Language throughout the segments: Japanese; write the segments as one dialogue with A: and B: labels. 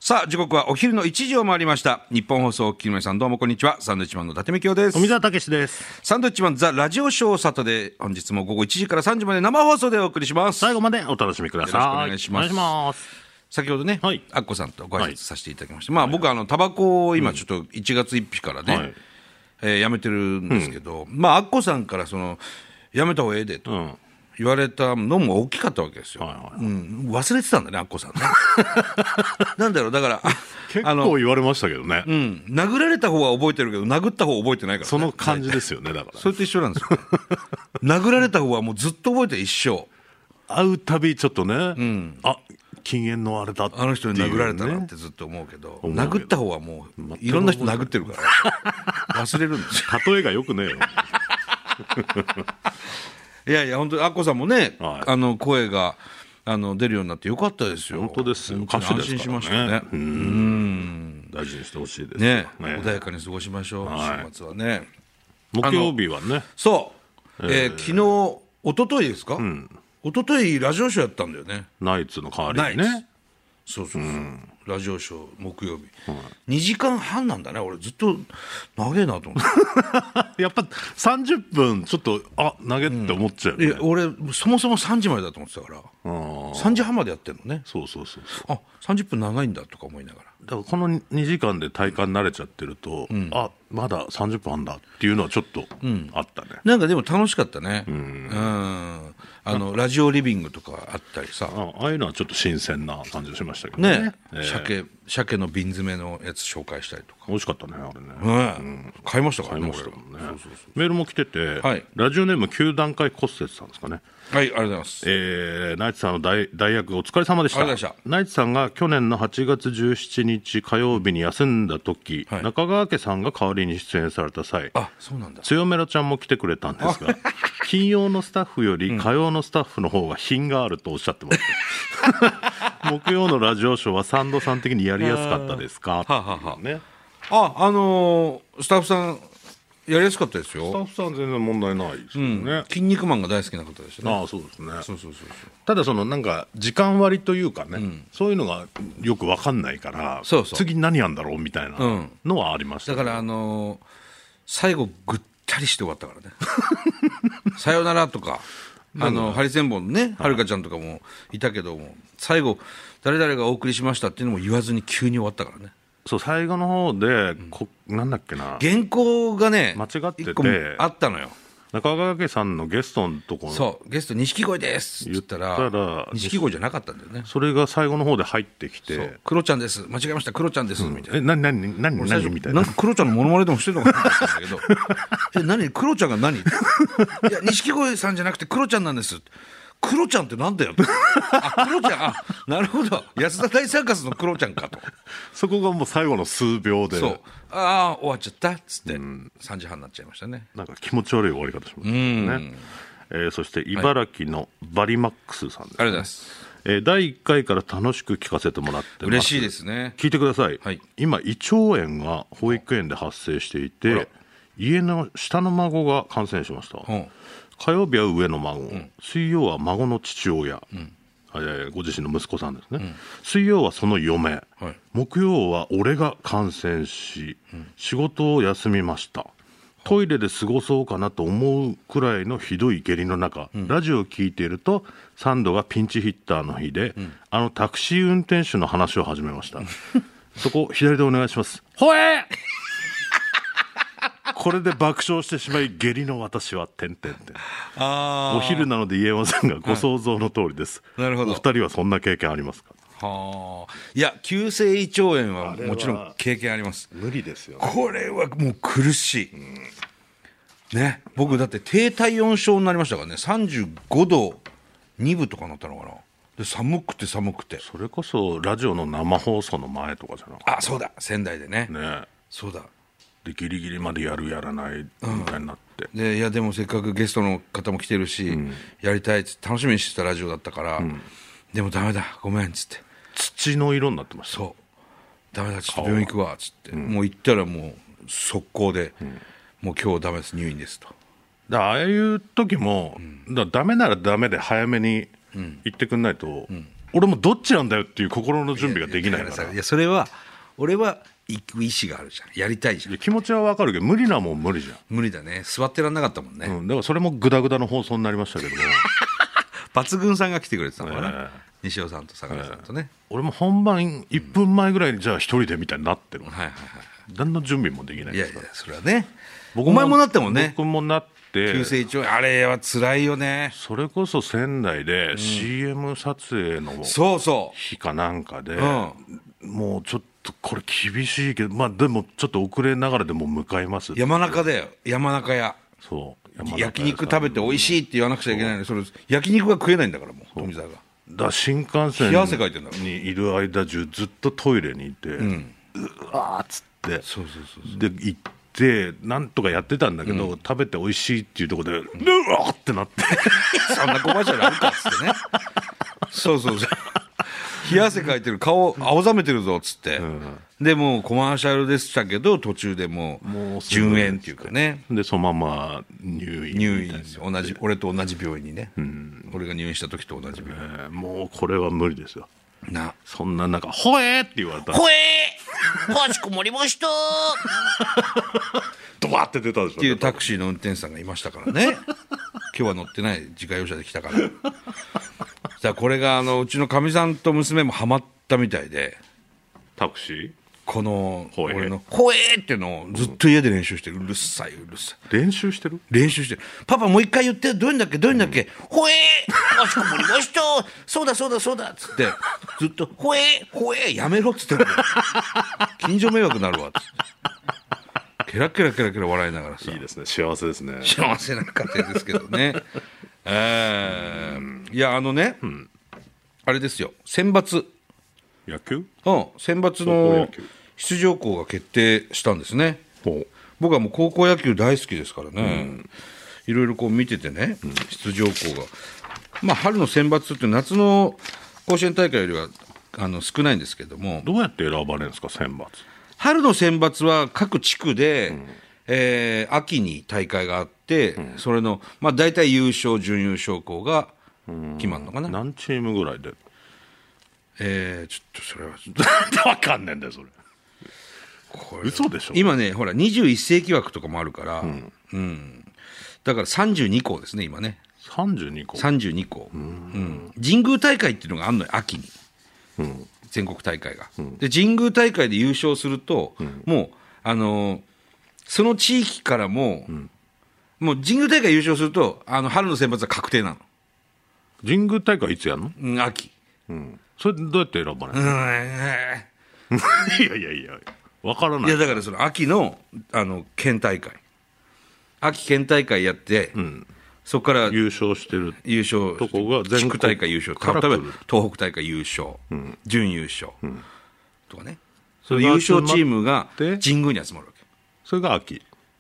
A: さあ時刻はお昼の1時を回りました。日本放送お聞きの皆さん、どうもこんにちは。サンドウィッチマンの伊達美京です。
B: 富澤たけしです。
A: サンドウィッチマンザラジオショーサタデー、本日も午後1時から3時まで生放送でお送りします。
B: 最後までお楽しみください。
A: よろしくお願いします。
B: お願いします。
A: 先ほどね、
B: はい、
A: アッコさんとご挨拶させていただきました。まあ僕はタバコを今ちょっと1月1日からね、やめてるんですけど、まあアッコさんからやめた方がええでと言われたのも大きかったわけですよ。忘れてたんだね、アッコさんね。なんだろう、だから
B: 結構言われましたけどね。
A: 殴られた方は覚えてるけど殴った方は覚えてないからね。
B: その感じですよね。だから
A: それと一緒なんですよ。殴られた方はもうずっと覚えてる、一生。
B: 会うたびちょっとね、あ、禁煙のあれだっていう、ね、
A: あの人に殴られたなってずっと思うけど、殴った方はもういろんな人殴ってるから忘れるんですよ。
B: 例えがよくねえよ。
A: いやいや、本当にアッコさんもね、声が出るようになってよかったですよ。
B: 本当ですよ。
A: 歌手ですからね。安心しましたね。
B: 大事にしてほしいです
A: ね。穏やかに過ごしましょう、週末はね。
B: 木曜日はね、
A: そう、昨日一昨日ですか、一昨日ラジオショーやったんだよね。
B: ナイツの代わりにね。
A: そうそうそう、ラジオショー木曜日、2時間半なんだね。俺ずっと長えなと思って
B: やっぱ30分ちょっと投げって思っちゃうよね。
A: 俺そもそも3時までだと思ってたから3時半までやってるのね。
B: そうそうそう。
A: 30分長いんだとか思いながら、
B: だからこの2時間で体感慣れちゃってると、まだ30分あんだっていうのはちょっとあったね。
A: なんかでも楽しかったね。ラジオリビングとかあったりさ、
B: ああいうのはちょっっと新鮮な感じがしましたけどね。
A: 鮭の瓶詰めのやつ紹介したりとか。
B: 美味しかったね、あれね。
A: 買いましたからね。
B: 買いましたもんね。メールも来てて、ラジオネーム9段階骨折さんですかね。
A: はい、ありがとうございます。
B: ナイツさんの大役お疲れ様でした。ナイツさんが去年の8月17日火曜日に休んだ時、中川家さんが代わりに出演された際、
A: そうなんだ。
B: 強めろちゃんも来てくれたんですが、金曜のスタッフより火曜のスタッフの方が品があるとおっしゃってました。木曜のラジオショーはサンドさん的にやりやすかったですか？ね。
A: スタッフさんやりやすかったですよ。
B: スタッフさん全然問題ないですよね。
A: 筋肉マンが大好きな方でしたね。
B: そうですね。
A: そう
B: ただなんか時間割というかね、そういうのがよく分かんないから、次何やんだろうみたいなのはありました、
A: だから最後ぐったりして終わったからね。さよならとかハリセンボンのね、はるかちゃんとかもいたけども、最後誰々がお送りしましたっていうのも言わずに急に終わったからね。
B: そう、最後の方で、なんだっけな、
A: 原稿がね
B: 間違ってて
A: あったのよ。
B: 中川家さんのゲストのところ、
A: そうゲスト錦鯉ですって言ったら錦鯉じゃなかったんだよね。
B: それが最後の方で入ってきて、
A: クロちゃんです、間違えました、クロちゃんですみたいな。
B: 何みたいな。
A: なんかクロちゃんのモノマネでもしてるのかなと思ったんだけど何クロちゃんが何いや錦鯉さんじゃなくてクロちゃんなんです。クロちゃんってなんだよクロちゃん、なるほど、安田大サーカスのクロちゃんかと。
B: そこがもう最後の数秒で、
A: そう終わっちゃったっつって、3時半になっちゃいましたね。
B: なんか気持ち悪い終わり方しましたね。そして茨城のバリマックスさんです、ね。
A: ありがとうございます。
B: 第1回から楽しく聞かせてもらってます。
A: 嬉しいですね。
B: 聞いてください。今胃腸炎が保育園で発生していて、家の下の孫が感染しました。火曜日は上の孫、水曜は孫の父親、ご自身の息子さんですね。水曜はその嫁、木曜は俺が感染し、仕事を休みました。トイレで過ごそうかなと思うくらいのひどい下痢の中、ラジオを聞いているとサンドがピンチヒッターの日で、タクシー運転手の話を始めました。そこ左でお願いします。ほえこれで爆笑してしまい、下痢の私はお昼なので言えませんが、ご想像の通りです。
A: なるほど。
B: お二人はそんな経験ありますか？
A: いや、急性胃腸炎はもちろん経験あります。
B: 無理ですよ、
A: ね、これはもう苦しい、ね。僕だって低体温症になりましたからね。35度2分とかなったのかな。で寒くて
B: それこそラジオの生放送の前とかじゃなかった？
A: そうだ、仙台でね。そうだ。
B: でギリギリまでやるやらないみたいになって、
A: いやでもせっかくゲストの方も来てるし、やりたいっつって楽しみにしてたラジオだったから、でもダメだごめんっつって、
B: 土の色になってました。
A: そうダメだ、ちょっと病院行くわっつって、もう行ったらもう速攻で、もう今日ダメです、入院ですと。
B: ああいう時も、ダメならダメで早めに行ってくんないと、 俺もどっちなんだよっていう心の準備ができないから。
A: いやそれは俺は行く意思があるじゃん、やりたいじゃん。
B: 気持ちは分かるけど無理なもん無理じゃん。
A: 無理だね、座ってらんなかったもんね、
B: だからそれもグダグダの放送になりましたけども
A: 抜群さんが来てくれてたのかな、西尾さんと相良さんとね、
B: 俺も本番1分前ぐらいにじゃあ一人でみたいになってる、
A: はいはいはい、
B: 何の準備もできないですから。
A: いやいやそれはね、お前もなったもんね。
B: 僕もなって、
A: 急性胃腸炎あれは辛いよね。
B: それこそ仙台で CM 撮影の
A: そうそ
B: 日かなんかで、
A: う、
B: もうちょっとこれ厳しいけど、まあでもちょっと遅れながらでも向かいます。
A: 山中だよ、山中屋。
B: そう山中屋
A: 焼肉食べて美味しいって言わなくちゃいけないのに、それ焼肉が食えないんだから、もう富澤が。
B: だから新幹線
A: 冷や汗かいてんだから
B: にいる間中ずっとトイレにいて、うわーっつって
A: そうそうそう
B: で行ってなんとかやってたんだけど、食べて美味しいっていうところで、うわーってなって
A: そんなコマーシャルあるかっつってねそうそうそう、冷や汗かいてる、顔青ざめてるぞっつって、でもうコマーシャルでしたけど途中でもう順延っていうかね、
B: でそのまま入院
A: ですよ、俺と同じ病院にね、俺が入院した時と同じ病院、
B: もうこれは無理ですよ
A: な、
B: そんな中ほえーって言われたら
A: ほえーかしこまりました
B: ドバーって出たでしょ
A: っていうタクシーの運転手さんがいましたからね今日は乗ってない自家用車で来たからじゃあこれがうちのかみさんと娘もハマったみたいで、
B: タクシー
A: この
B: ほえー
A: 俺のほえーっていうのをずっと家で練習してる、うるさいうるさい
B: 練習してる
A: 練習してる、パパもう一回言って、どういうんだっけどういうんだっけ、ほえーかしこまりましたそうだそうだそうだっつってずっとほえーほえーやめろっつってんの近所迷惑になるわっつってケラケラケラケラ笑いながらさ、
B: いいですね、幸せですね、
A: 幸せな家庭ですけどねいやあれですよ、選抜
B: 野球
A: 選抜
B: 高校
A: の
B: 野球
A: 出場校が決定したんですね。僕はもう高校野球大好きですからね、いろいろこう見ててね、出場校が、まあ、春の選抜って夏の甲子園大会よりは少ないんですけども、
B: どうやって選ばれるんですか選抜。
A: 春の選抜は各地区で、秋に大会があって、それの、まあ、大体優勝準優勝校が決まるのかな。
B: 何チームぐらいで
A: ちょっとそれはちょっと
B: 分かんねえんだよそれ嘘でしょ。
A: 今ねほら21世紀枠とかもあるから、だから32校ですね今ね。
B: 32校
A: 32校、神宮大会っていうのがあるのよ秋に、全国大会が、で神宮大会で優勝すると、もうその地域からも、もう神宮大会優勝すると春の選抜は確定なの。
B: 神宮大会いつやんの。
A: 秋、
B: それどうやって選ばないの。いやいやいや分からない。
A: いやだからその秋の県大会、秋県大会やって、そこから
B: 優勝してる
A: 優勝
B: とこが全国
A: 地区大会優勝、例えば東北大会優勝、準優勝、とかね、その優勝チームが神宮に集まるわけ。
B: それが秋、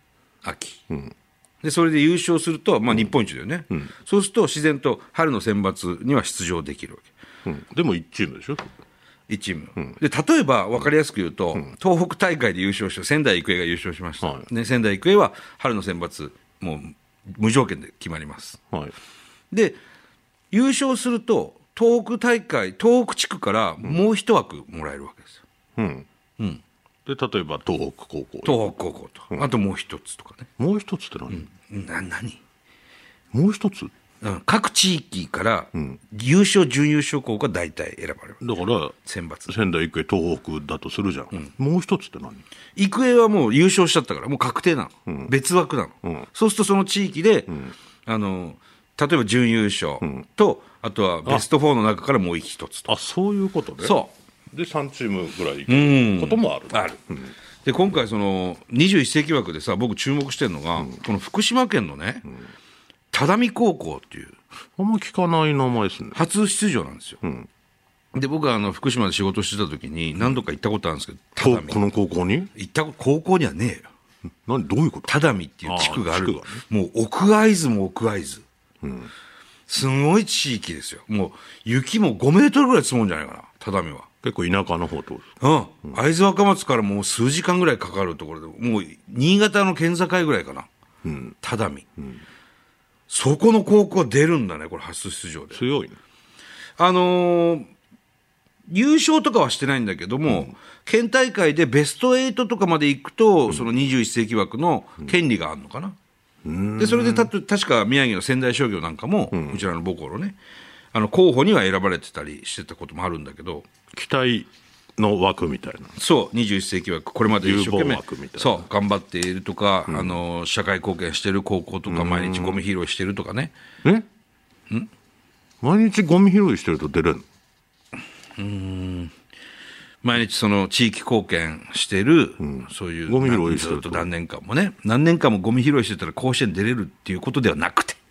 A: でそれで優勝すると、まあ、日本一だよね、そうすると自然と春の選抜には出場できるわけ、
B: でも1チームでしょ
A: 1チーム、で例えば分かりやすく言うと、東北大会で優勝した仙台育英が優勝しました、仙台育英は春の選抜もう無条件で決まります、で優勝すると東北大会東北地区からもう一枠もらえるわけですよ、
B: で例えば東北高校、
A: 東北高校と、あともう一つとかね。
B: もう一つって何、
A: 何
B: もう一つ、
A: 各地域から優勝準優勝校が大体選ばれる。
B: だから
A: 選抜
B: 仙台育英東北だとするじゃん、もう一つって何。
A: 育英はもう優勝しちゃったからもう確定なの、別枠なの、そうするとその地域で、例えば準優勝と、あとはベスト4の中からもう一つと。
B: あ、そういうことね。
A: そう
B: で3チームぐらい行くこともある、
A: で今回その21世紀枠でさ、僕注目してるのが、この福島県のね、只見高校っていう
B: あんま聞かない名前ですね。
A: 初出場なんですよ、で僕は福島で仕事してた時に何度か行ったことあるんですけど、
B: この高校に
A: 行った高校にはねえよ。
B: どういうこと。
A: 只見っていう地区がある、もう奥会津も奥会津、すごい地域ですよ。もう雪も5メートルぐらい積もるんじゃないかな、只見は。
B: 結構田舎の方と、
A: 会津若松からもう数時間ぐらいかかるところで、もう新潟の県境ぐらいかな、只見、そこの高校出るんだね、これ初出場で。
B: 強いね。
A: 優勝とかはしてないんだけども、県大会でベスト8とかまで行くと、その21世紀枠の権利があるのかな。でそれで確か宮城の仙台商業なんかも、うちらの母校のね、候補には選ばれてたりしてたこともあるんだけど、
B: 期待の枠みたいな。
A: そう、21世紀枠、これまで一生懸命
B: 有望枠みたいな、
A: そう頑張っているとか、社会貢献してる高校とか、毎日ゴミ拾いしてるとかね。
B: 毎日ゴミ拾いしてると出れる
A: の？毎日その地域貢献してる、そういう
B: ゴミ拾いしてる
A: ずっと何年間もゴミ拾いしてたら甲子園出れるっていうことではなくて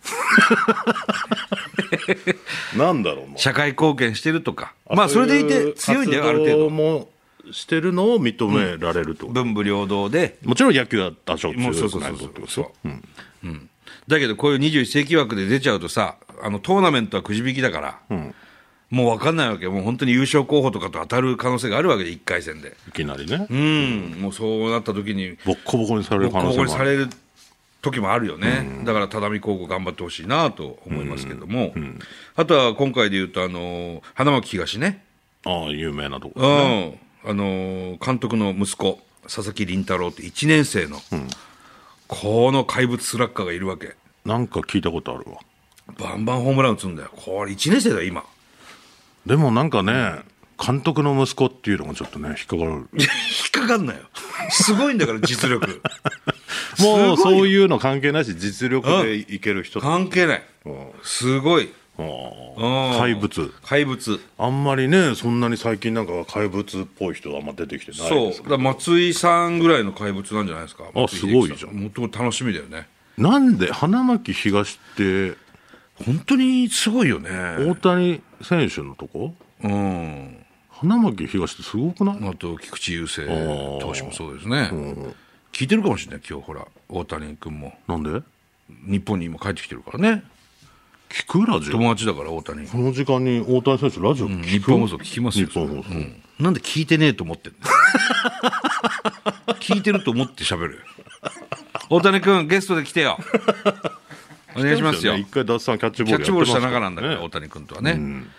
B: なんだろうな、
A: 社会貢献してるとか、まあそれでいて強いんだよ、ある程度
B: もしてるのを認められると、
A: 文武両道で、
B: もちろん野球は多少強
A: そう
B: くないとってことですよ。
A: だけどこういう21世紀枠で出ちゃうとさ、トーナメントはくじ引きだから、もう分かんないわけ。もう本当に優勝候補とかと当たる可能性があるわけで、1回戦で
B: いきなりね、
A: もうそうなった時に
B: ボッコボコにされる可能性もある。
A: ボッコボコにされる時もあるよね。だから只見高校頑張ってほしいなと思いますけども、あとは今回でいうと花巻東ね、
B: 有名なところね、
A: 監督の息子佐々木麟太郎って1年生の、この怪物スラッガーがいるわけ。
B: なんか聞いたことあるわ。
A: バンバンホームラン打つんだよ。これ1年生だよ今。
B: でもなんかね、監督の息子っていうのがちょっとね引っかかる。
A: 引っかかんなよ。すごいんだから実力。
B: もうそういうの関係なし、実力でいける人
A: 関係ない。すごい。
B: 怪物。あんまりね、そんなに最近なんか怪物っぽい人があんま出てきてないですけど。
A: そうだ、松井さんぐらいの怪物なんじゃないですか。
B: すごいじゃん。
A: もっとも楽しみだよね。
B: なんで花巻東って
A: 本当にすごいよね。
B: 大谷選手のとこ、花巻東ってすごくない？
A: あと菊池雄星投手もそうですね。聞いてるかもしれない今日、ほら大谷君も。
B: なんで？
A: 日本に今帰ってきてるからね。
B: 聞くラジオ？
A: 友達だから大谷。
B: この時間に大谷選手ラジオ聞く？
A: 日本放送聞きますよ。
B: 日本放送、
A: なんで聞いてねえと思ってんの聞いてると思って喋るよ。大谷君ゲストで来てよ。お願いしますよ。
B: 一回脱三キャッチボールやってます
A: した仲なんだから、大谷君とはね。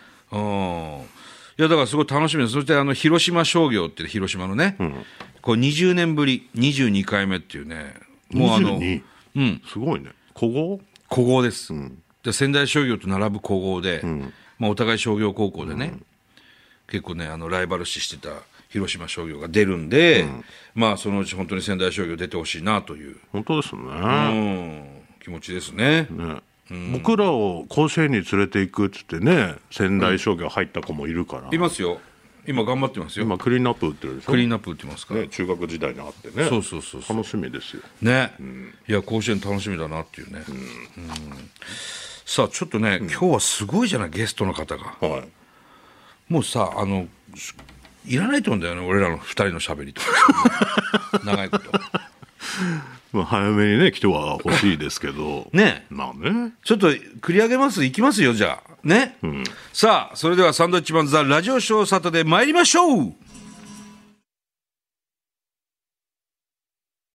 A: いやだからすごい楽しみです。そして広島商業って広島のね、これ20年ぶり22回目っていうね、もう
B: 22？すごいね。古
A: 豪です。で仙台商業と並ぶ古豪で、お互い商業高校でね、結構ねライバル視してた広島商業が出るんで、そのうち本当に仙台商業出てほしいなという。
B: 本当ですね。
A: 気持ちですね。
B: 僕らを甲子園に連れていくっつってね、仙台商業入った子もいるから。
A: いますよ。今頑張ってますよ。
B: 今クリーンナップ打ってるでしょ。
A: クリーンナップ打ってますから、
B: ね、中学時代にあってね。
A: そう
B: 楽しみですよ
A: ね。いや甲子園楽しみだなっていうね。さあちょっとね、今日はすごいじゃない、ゲストの方が。もうさいらないと思うんだよね、俺らの2人のしゃべりとか長いこと。
B: 早めにね来ては欲しいですけど
A: ね。ちょっと繰り上げます、いきますよじゃあね。さあそれではサンドウィッチマンザラジオショーサタデー参りましょう。